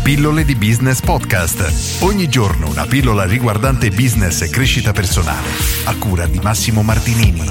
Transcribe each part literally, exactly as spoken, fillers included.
Pillole di Business Podcast. Ogni giorno una pillola riguardante business e crescita personale. A cura di Massimo Martinini.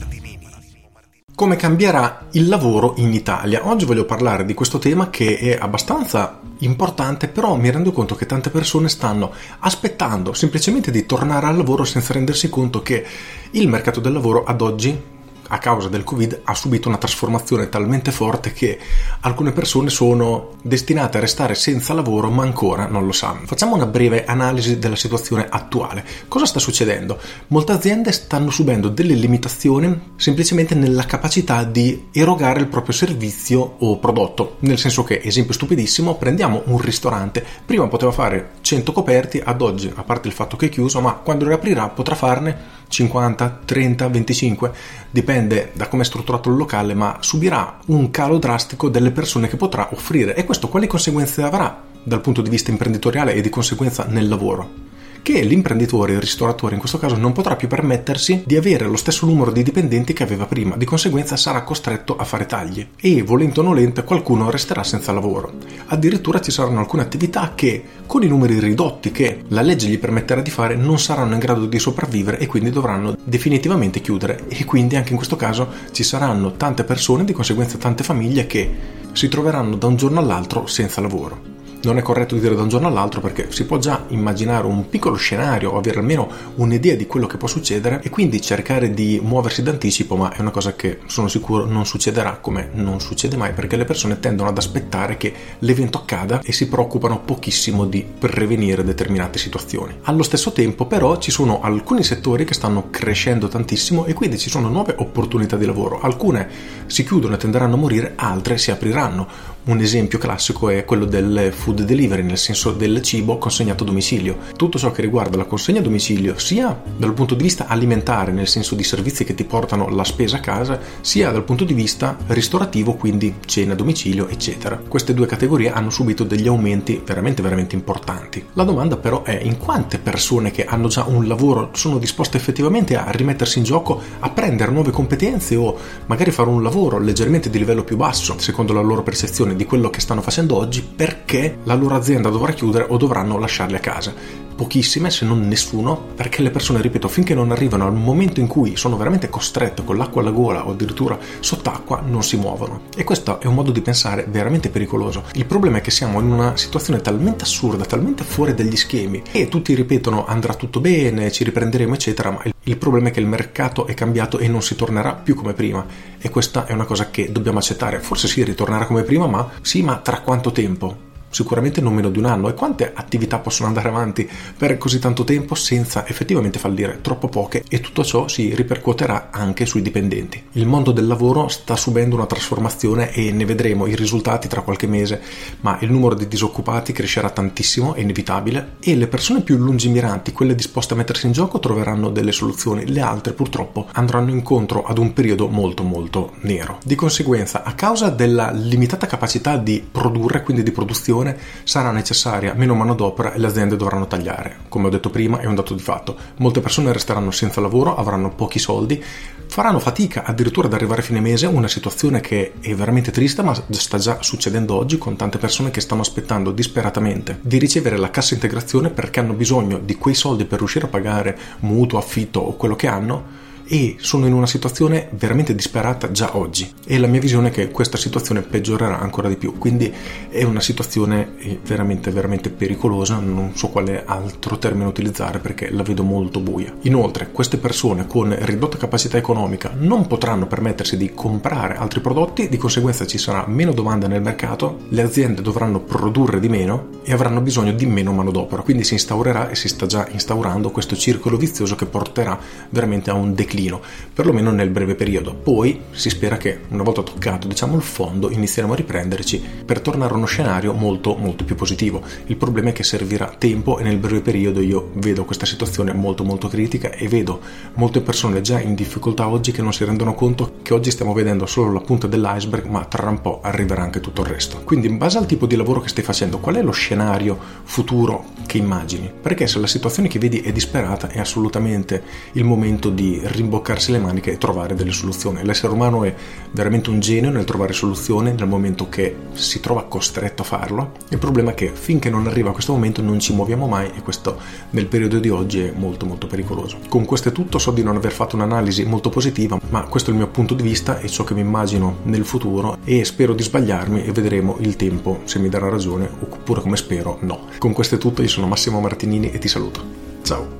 Come cambierà il lavoro in Italia? Oggi voglio parlare di questo tema che è abbastanza importante, però mi rendo conto che tante persone stanno aspettando semplicemente di tornare al lavoro senza rendersi conto che il mercato del lavoro ad oggi, a causa del Covid, ha subito una trasformazione talmente forte che alcune persone sono destinate a restare senza lavoro ma ancora non lo sanno. Facciamo una breve analisi della situazione attuale. Cosa sta succedendo? Molte aziende stanno subendo delle limitazioni semplicemente nella capacità di erogare il proprio servizio o prodotto, nel senso che, esempio stupidissimo, prendiamo un ristorante, prima poteva fare cento coperti, ad oggi, a parte il fatto che è chiuso, ma quando riaprirà potrà farne cinquanta, trenta, venticinque, dipende da come è strutturato il locale, ma subirà un calo drastico delle persone che potrà offrire. E questo quali conseguenze avrà dal punto di vista imprenditoriale e di conseguenza nel lavoro? Che l'imprenditore, il ristoratore in questo caso, non potrà più permettersi di avere lo stesso numero di dipendenti che aveva prima, di conseguenza sarà costretto a fare tagli e, volente o nolente, qualcuno resterà senza lavoro. Addirittura ci saranno alcune attività che, con i numeri ridotti che la legge gli permetterà di fare, non saranno in grado di sopravvivere e quindi dovranno definitivamente chiudere, e quindi anche in questo caso ci saranno tante persone, di conseguenza tante famiglie, che si troveranno da un giorno all'altro senza lavoro. Non è corretto dire da un giorno all'altro, perché si può già immaginare un piccolo scenario o avere almeno un'idea di quello che può succedere e quindi cercare di muoversi d'anticipo, ma è una cosa che sono sicuro non succederà, come non succede mai, perché le persone tendono ad aspettare che l'evento accada e si preoccupano pochissimo di prevenire determinate situazioni. Allo stesso tempo però ci sono alcuni settori che stanno crescendo tantissimo e quindi ci sono nuove opportunità di lavoro. Alcune si chiudono e tenderanno a morire, altre si apriranno. Un esempio classico è quello del food delivery, nel senso del cibo consegnato a domicilio. Tutto ciò che riguarda la consegna a domicilio, sia dal punto di vista alimentare, nel senso di servizi che ti portano la spesa a casa, sia dal punto di vista ristorativo, quindi cena a domicilio, eccetera. Queste due categorie hanno subito degli aumenti veramente veramente importanti. La domanda però è: in quante persone che hanno già un lavoro sono disposte effettivamente a rimettersi in gioco, a prendere nuove competenze o magari fare un lavoro leggermente di livello più basso, secondo la loro percezione di quello che stanno facendo oggi, perché la loro azienda dovrà chiudere o dovranno lasciarli a casa? Pochissime, se non nessuno, perché le persone, ripeto, finché non arrivano al momento in cui sono veramente costrette con l'acqua alla gola o addirittura sott'acqua, non si muovono. E questo è un modo di pensare veramente pericoloso. Il problema è che siamo in una situazione talmente assurda, talmente fuori dagli schemi, e tutti ripetono andrà tutto bene, ci riprenderemo eccetera, ma il problema è che il mercato è cambiato e non si tornerà più come prima, e questa è una cosa che dobbiamo accettare. Forse sì, ritornerà come prima, ma sì, ma tra quanto tempo? Sicuramente non meno di un anno. E quante attività possono andare avanti per così tanto tempo senza effettivamente fallire? Troppo poche, e tutto ciò si ripercuoterà anche sui dipendenti. Il mondo del lavoro sta subendo una trasformazione e ne vedremo i risultati tra qualche mese, ma il numero di disoccupati crescerà tantissimo, è inevitabile, e le persone più lungimiranti, quelle disposte a mettersi in gioco, troveranno delle soluzioni. Le altre purtroppo andranno incontro ad un periodo molto molto nero. Di conseguenza, a causa della limitata capacità di produrre, quindi di produzione, sarà necessaria meno manodopera e le aziende dovranno tagliare. Come ho detto prima, è un dato di fatto. Molte persone resteranno senza lavoro, avranno pochi soldi, faranno fatica addirittura ad arrivare a fine mese, una situazione che è veramente triste, ma sta già succedendo oggi, con tante persone che stanno aspettando disperatamente di ricevere la cassa integrazione perché hanno bisogno di quei soldi per riuscire a pagare mutuo, affitto o quello che hanno, e sono in una situazione veramente disperata già oggi, e la mia visione è che questa situazione peggiorerà ancora di più. Quindi è una situazione veramente veramente pericolosa, non so quale altro termine utilizzare perché la vedo molto buia. Inoltre queste persone con ridotta capacità economica non potranno permettersi di comprare altri prodotti, di conseguenza ci sarà meno domanda nel mercato, le aziende dovranno produrre di meno e avranno bisogno di meno manodopera, quindi si instaurerà, e si sta già instaurando, questo circolo vizioso che porterà veramente a un declino, perlomeno nel breve periodo. Poi si spera che, una volta toccato diciamo il fondo, inizieremo a riprenderci per tornare a uno scenario molto molto più positivo. Il problema è che servirà tempo, e nel breve periodo io vedo questa situazione molto molto critica, e vedo molte persone già in difficoltà oggi che non si rendono conto che oggi stiamo vedendo solo la punta dell'iceberg, ma tra un po' arriverà anche tutto il resto. Quindi, in base al tipo di lavoro che stai facendo, qual è lo scenario futuro che immagini, perché se la situazione che vedi è disperata è assolutamente il momento di rimboccarsi le maniche e trovare delle soluzioni. L'essere umano è veramente un genio nel trovare soluzioni nel momento che si trova costretto a farlo. Il problema è che finché non arriva a questo momento non ci muoviamo mai, e questo nel periodo di oggi è molto molto pericoloso. Con questo è tutto. So di non aver fatto un'analisi molto positiva, ma questo è il mio punto di vista e ciò che mi immagino nel futuro, e spero di sbagliarmi e vedremo il tempo se mi darà ragione oppure, come spero, no. Con questo è tutto. Io sono Massimo Martinini e ti saluto. Ciao.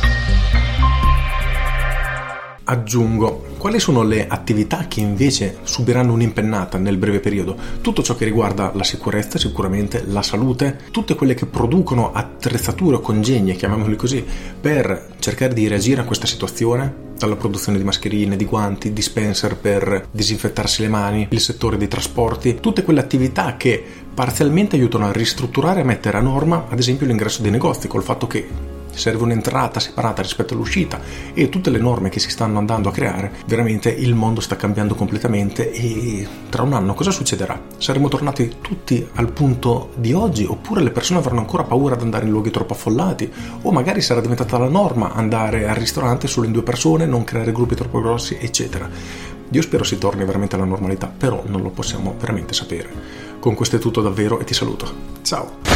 Aggiungo, quali sono le attività che invece subiranno un'impennata nel breve periodo? Tutto ciò che riguarda la sicurezza, sicuramente, la salute, tutte quelle che producono attrezzature o congegni, chiamiamoli così, per cercare di reagire a questa situazione, dalla produzione di mascherine, di guanti, dispenser per disinfettarsi le mani, il settore dei trasporti, tutte quelle attività che parzialmente aiutano a ristrutturare e a mettere a norma, ad esempio, l'ingresso dei negozi, col fatto che serve un'entrata separata rispetto all'uscita, e tutte le norme che si stanno andando a creare. Veramente il mondo sta cambiando completamente, e tra un anno cosa succederà? Saremo tornati tutti al punto di oggi, oppure le persone avranno ancora paura ad andare in luoghi troppo affollati, o magari sarà diventata la norma andare al ristorante solo in due persone, non creare gruppi troppo grossi, eccetera. Io spero si torni veramente alla normalità, però non lo possiamo veramente sapere. Con questo è tutto davvero e ti saluto. Ciao!